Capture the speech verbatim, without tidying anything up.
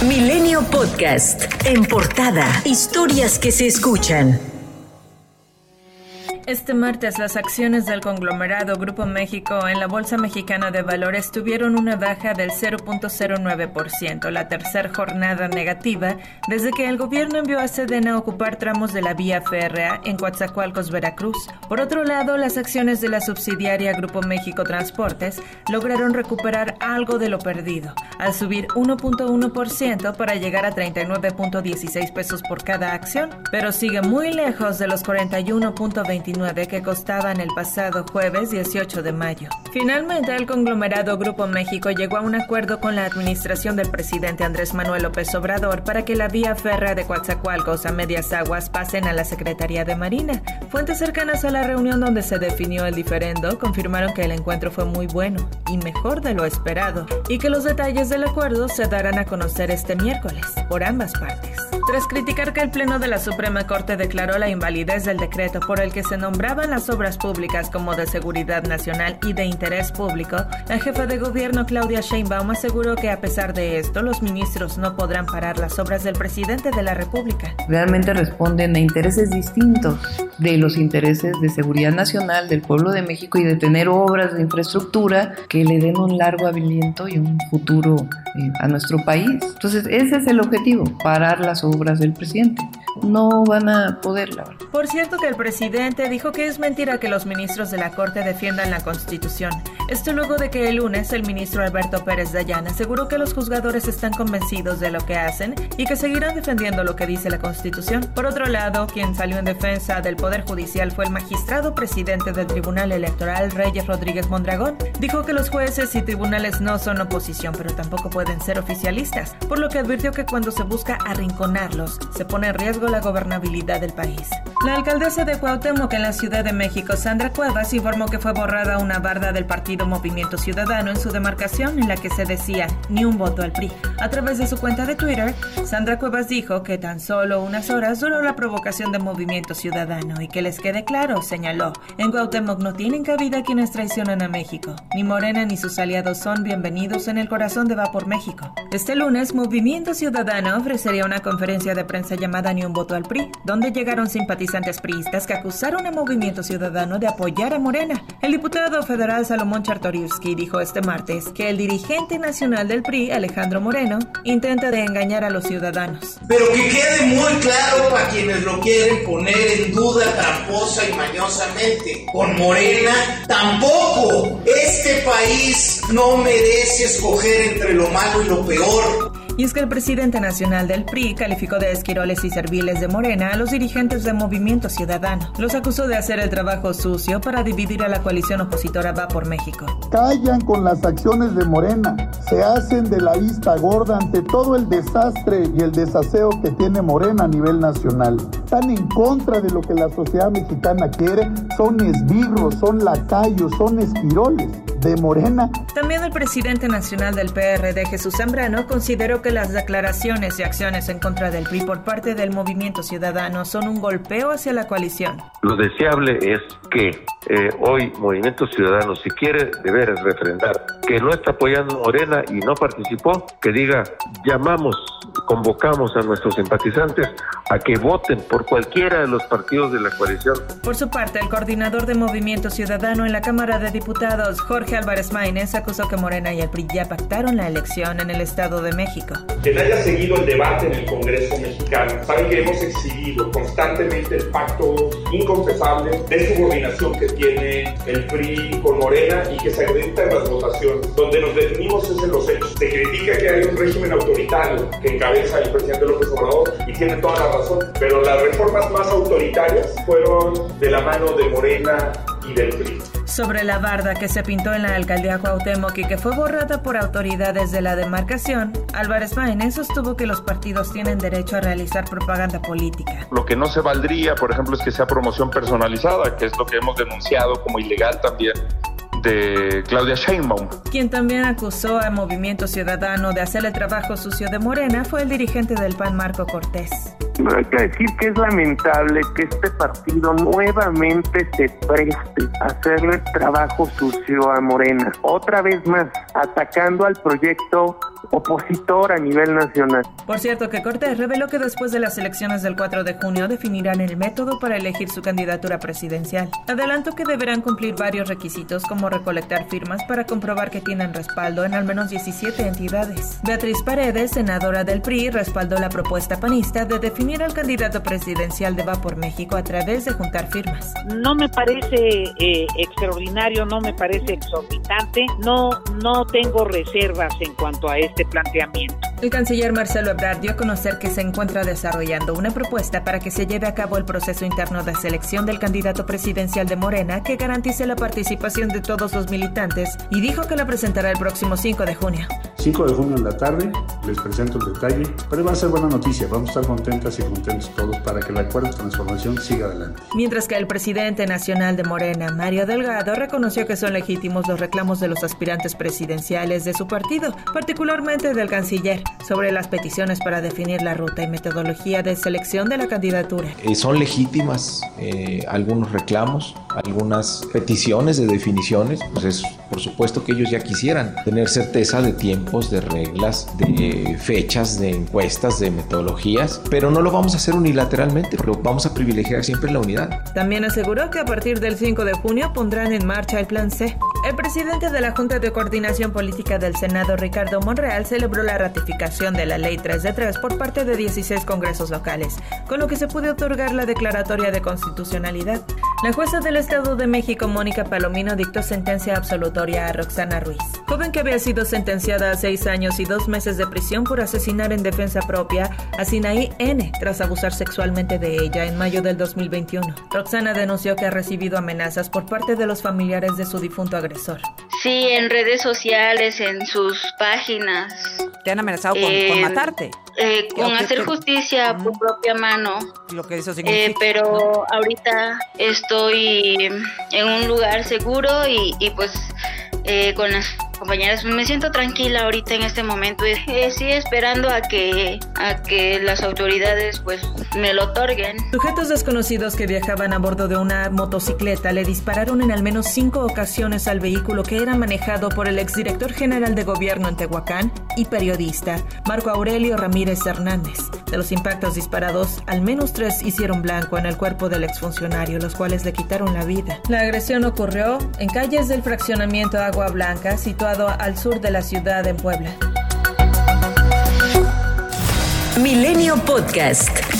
Milenio Podcast. En portada, historias que se escuchan. Este martes, las acciones del conglomerado Grupo México en la Bolsa Mexicana de Valores tuvieron una baja del cero punto cero nueve por ciento, la tercera jornada negativa desde que el gobierno envió a Sedena a ocupar tramos de la vía férrea en Coatzacoalcos, Veracruz. Por otro lado, las acciones de la subsidiaria Grupo México Transportes lograron recuperar algo de lo perdido, al subir uno punto uno por ciento para llegar a treinta y nueve punto dieciséis pesos por cada acción, pero sigue muy lejos de los cuarenta y uno punto veintinueve que costaban el pasado jueves dieciocho de mayo. Finalmente, el conglomerado Grupo México llegó a un acuerdo con la administración del presidente Andrés Manuel López Obrador para que la vía férrea de Coatzacoalcos a Medias Aguas pasen a la Secretaría de Marina. Fuentes cercanas a la reunión donde se definió el diferendo confirmaron que el encuentro fue muy bueno y mejor de lo esperado, y que los detalles del acuerdo se darán a conocer este miércoles por ambas partes. Tras criticar que el Pleno de la Suprema Corte declaró la invalidez del decreto por el que se nombraban las obras públicas como de seguridad nacional y de interés público, la jefa de gobierno Claudia Sheinbaum aseguró que a pesar de esto, los ministros no podrán parar las obras del presidente de la República. Realmente responden a intereses distintos de los intereses de seguridad nacional del pueblo de México y de tener obras de infraestructura que le den un largo aliento y un futuro eh, a nuestro país. Entonces, ese es el objetivo, parar las obras del presidente. No van a poder, la verdad. Por cierto que el presidente dijo que es mentira que los ministros de la Corte defiendan la Constitución. Esto luego de que el lunes el ministro Alberto Pérez Dayán aseguró que los juzgadores están convencidos de lo que hacen y que seguirán defendiendo lo que dice la Constitución. Por otro lado, quien salió en defensa del Poder Judicial fue el magistrado presidente del Tribunal Electoral, Reyes Rodríguez Mondragón. Dijo que los jueces y tribunales no son oposición, pero tampoco pueden ser oficialistas, por lo que advirtió que cuando se busca arrinconarlos, se pone en riesgo la gobernabilidad del país. La alcaldesa de Cuauhtémoc en la Ciudad de México, Sandra Cuevas, informó que fue borrada una barda del partido Movimiento Ciudadano en su demarcación en la que se decía ni un voto al P R I. A través de su cuenta de Twitter, Sandra Cuevas dijo que tan solo unas horas duró la provocación de Movimiento Ciudadano y que les quede claro, señaló, en Cuauhtémoc no tienen cabida quienes traicionan a México. Ni Morena ni sus aliados son bienvenidos en el corazón de Va por México. Este lunes, Movimiento Ciudadano ofrecería una conferencia de prensa llamada Ni un voto al P R I, donde llegaron simpatizantes priistas que acusaron a Movimiento Ciudadano de apoyar a Morena. El diputado federal Salomón Chertorivsky dijo este martes que el dirigente nacional del P R I, Alejandro Moreno, intenta de engañar a los ciudadanos. Pero que quede muy claro para quienes lo quieren poner en duda tramposa y mañosamente. Con Morena tampoco. Este país no merece escoger entre lo malo y lo peor. Y es que el presidente nacional del P R I calificó de esquiroles y serviles de Morena a los dirigentes de Movimiento Ciudadano. Los acusó de hacer el trabajo sucio para dividir a la coalición opositora Va por México. Callan con las acciones de Morena, se hacen de la vista gorda ante todo el desastre y el desaseo que tiene Morena a nivel nacional. Están en contra de lo que la sociedad mexicana quiere, son esbirros, son lacayos, son esquiroles de Morena. También el presidente nacional del P R D, Jesús Zambrano, consideró que las declaraciones y acciones en contra del P R I por parte del Movimiento Ciudadano son un golpeo hacia la coalición. Lo deseable es que eh, hoy Movimiento Ciudadano, si quiere de veras refrendar que no está apoyando Morena y no participó, que diga, llamamos, convocamos a nuestros simpatizantes a que voten por cualquiera de los partidos de la coalición. Por su parte, el coordinador de Movimiento Ciudadano en la Cámara de Diputados, Jorge Álvarez Maínez, acusó que Morena y el P R I ya pactaron la elección en el Estado de México. Quien haya seguido el debate en el Congreso mexicano sabe que hemos exhibido constantemente el pacto inconfesable de subordinación que tiene el P R I con Morena y que se acredita en las votaciones. Donde nos definimos es en los hechos. Se critica que hay un régimen autoritario que encabeza el presidente López Obrador y tiene toda la razón, pero las reformas más autoritarias fueron de la mano de Morena y del P R I. Sobre la barda que se pintó en la alcaldía Cuauhtémoc y que fue borrada por autoridades de la demarcación, Álvarez Maínez sostuvo que los partidos tienen derecho a realizar propaganda política. Lo que no se valdría, por ejemplo, es que sea promoción personalizada, que es lo que hemos denunciado como ilegal también de Claudia Sheinbaum. Quien también acusó a Movimiento Ciudadano de hacer el trabajo sucio de Morena fue el dirigente del P A N, Marco Cortés. Hay que decir que es lamentable que este partido nuevamente se preste a hacerle trabajo sucio a Morena. Otra vez más, atacando al proyecto opositor a nivel nacional. Por cierto, que Cortés reveló que después de las elecciones del cuatro de junio definirán el método para elegir su candidatura presidencial. Adelantó que deberán cumplir varios requisitos como recolectar firmas para comprobar que tienen respaldo en al menos diecisiete entidades. Beatriz Paredes, senadora del P R I, respaldó la propuesta panista de definir al candidato presidencial de Va por México a través de juntar firmas. No me parece eh, extraordinario, no me parece exorbitante, no, no tengo reservas en cuanto a este planteamiento. El canciller Marcelo Ebrard dio a conocer que se encuentra desarrollando una propuesta para que se lleve a cabo el proceso interno de selección del candidato presidencial de Morena que garantice la participación de todos los militantes y dijo que la presentará el próximo cinco de junio. cinco de junio en la tarde, les presento el detalle, pero va a ser buena noticia, vamos a estar contentas y contentos todos para que el acuerdo de transformación siga adelante. Mientras que el presidente nacional de Morena, Mario Delgado, reconoció que son legítimos los reclamos de los aspirantes presidenciales de su partido, particularmente del canciller, sobre las peticiones para definir la ruta y metodología de selección de la candidatura. Eh, son legítimas eh, algunos reclamos, algunas peticiones de definiciones, pues es por supuesto que ellos ya quisieran tener certeza de tiempos, de reglas, de fechas, de encuestas, de metodologías, pero no lo vamos a hacer unilateralmente, lo vamos a privilegiar siempre la unidad. También aseguró que a partir del cinco de junio pondrán en marcha el Plan C. El presidente de la Junta de Coordinación Política del Senado, Ricardo Monreal, celebró la ratificación de la Ley tres de tres por parte de dieciséis congresos locales, con lo que se pudo otorgar la declaratoria de constitucionalidad. La jueza del Estado de México, Mónica Palomino, dictó sentencia absolutoria a Roxana Ruiz, joven que había sido sentenciada a seis años y dos meses de prisión por asesinar en defensa propia a Sinaí N. tras abusar sexualmente de ella en mayo del dos mil veintiuno. Roxana denunció que ha recibido amenazas por parte de los familiares de su difunto agresor. Sí, en redes sociales, en sus páginas. ¿Te han amenazado con, eh, con matarte? Eh, con ¿Qué, hacer qué, justicia qué? por propia mano. Lo que eso significa. Eh, pero ahorita estoy en un lugar seguro y, y pues eh, con las compañeras me siento tranquila ahorita en este momento. Eh, sí, esperando a que a que las autoridades pues me lo otorguen. Sujetos desconocidos que viajaban a bordo de una motocicleta le dispararon en al menos cinco ocasiones al vehículo que era manejado por el exdirector general de gobierno en Tehuacán y periodista Marco Aurelio Ramírez Hernández. De los impactos disparados, al menos tres hicieron blanco en el cuerpo del exfuncionario, los cuales le quitaron la vida. La agresión ocurrió en calles del fraccionamiento Agua Blanca, situado al sur de la ciudad en Puebla. Milenio Podcast.